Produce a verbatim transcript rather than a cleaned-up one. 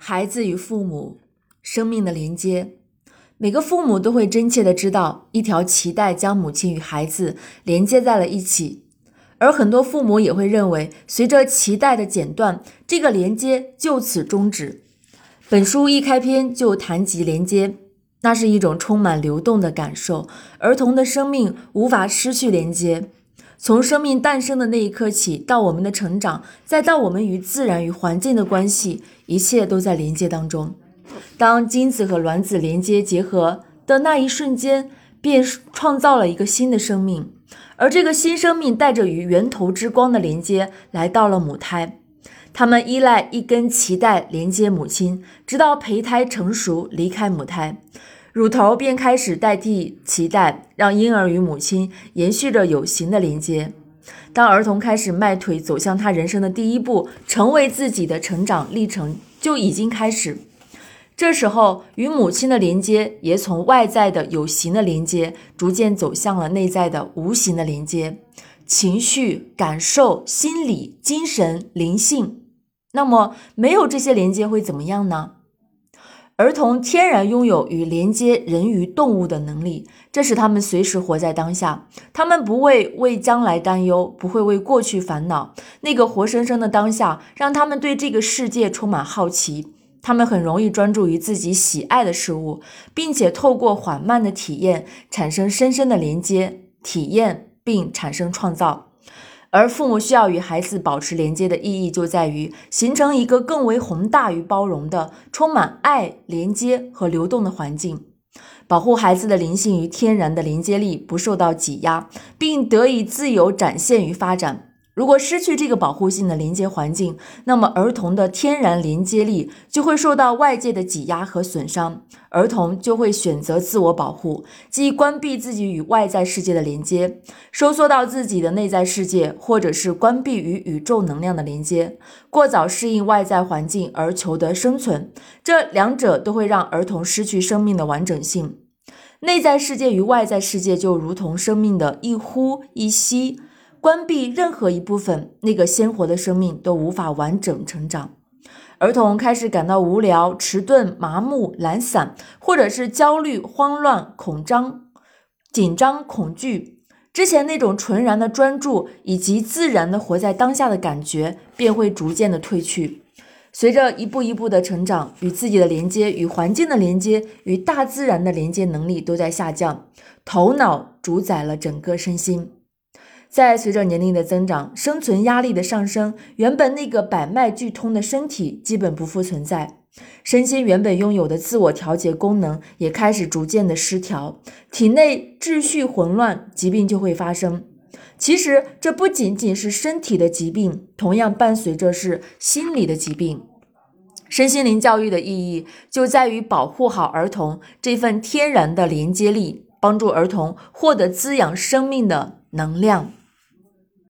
孩子与父母生命的连接，每个父母都会真切地知道，一条脐带将母亲与孩子连接在了一起。而很多父母也会认为，随着脐带的剪断，这个连接就此终止。本书一开篇就谈及连接，那是一种充满流动的感受，儿童的生命无法失去连接。从生命诞生的那一刻起，到我们的成长，再到我们与自然与环境的关系，一切都在连接当中。当精子和卵子连接结合的那一瞬间，便创造了一个新的生命，而这个新生命带着与源头之光的连接来到了母胎。他们依赖一根脐带连接母亲，直到胚胎成熟离开母胎，乳头便开始代替脐带，让婴儿与母亲延续着有形的连接。当儿童开始迈腿走向他人生的第一步，成为自己的成长历程就已经开始。这时候，与母亲的连接也从外在的有形的连接，逐渐走向了内在的无形的连接，情绪、感受、心理、精神、灵性。那么，没有这些连接会怎么样呢？儿童天然拥有与连接人与动物的能力，这使他们随时活在当下。他们不会为将来担忧，不会为过去烦恼。那个活生生的当下，让他们对这个世界充满好奇。他们很容易专注于自己喜爱的事物，并且透过缓慢的体验，产生深深的连接、体验并产生创造。而父母需要与孩子保持连接的意义，就在于形成一个更为宏大与包容的、充满爱、连接和流动的环境，保护孩子的灵性与天然的连接力不受到挤压，并得以自由展现与发展。如果失去这个保护性的连接环境，那么儿童的天然连接力就会受到外界的挤压和损伤，儿童就会选择自我保护，即关闭自己与外在世界的连接，收缩到自己的内在世界，或者是关闭与宇宙能量的连接，过早适应外在环境而求得生存，这两者都会让儿童失去生命的完整性。内在世界与外在世界就如同生命的一呼一吸，关闭任何一部分，那个鲜活的生命都无法完整成长。儿童开始感到无聊、迟钝、麻木、懒散，或者是焦虑、慌乱、恐张、紧张、恐惧。之前那种纯然的专注以及自然的活在当下的感觉便会逐渐的褪去。随着一步一步的成长，与自己的连接、与环境的连接、与大自然的连接能力都在下降，头脑主宰了整个身心。在随着年龄的增长，生存压力的上升，原本那个百脉俱通的身体基本不复存在，身心原本拥有的自我调节功能也开始逐渐的失调，体内秩序混乱，疾病就会发生。其实这不仅仅是身体的疾病，同样伴随着是心理的疾病。身心灵教育的意义就在于保护好儿童这份天然的连接力，帮助儿童获得滋养生命的能量。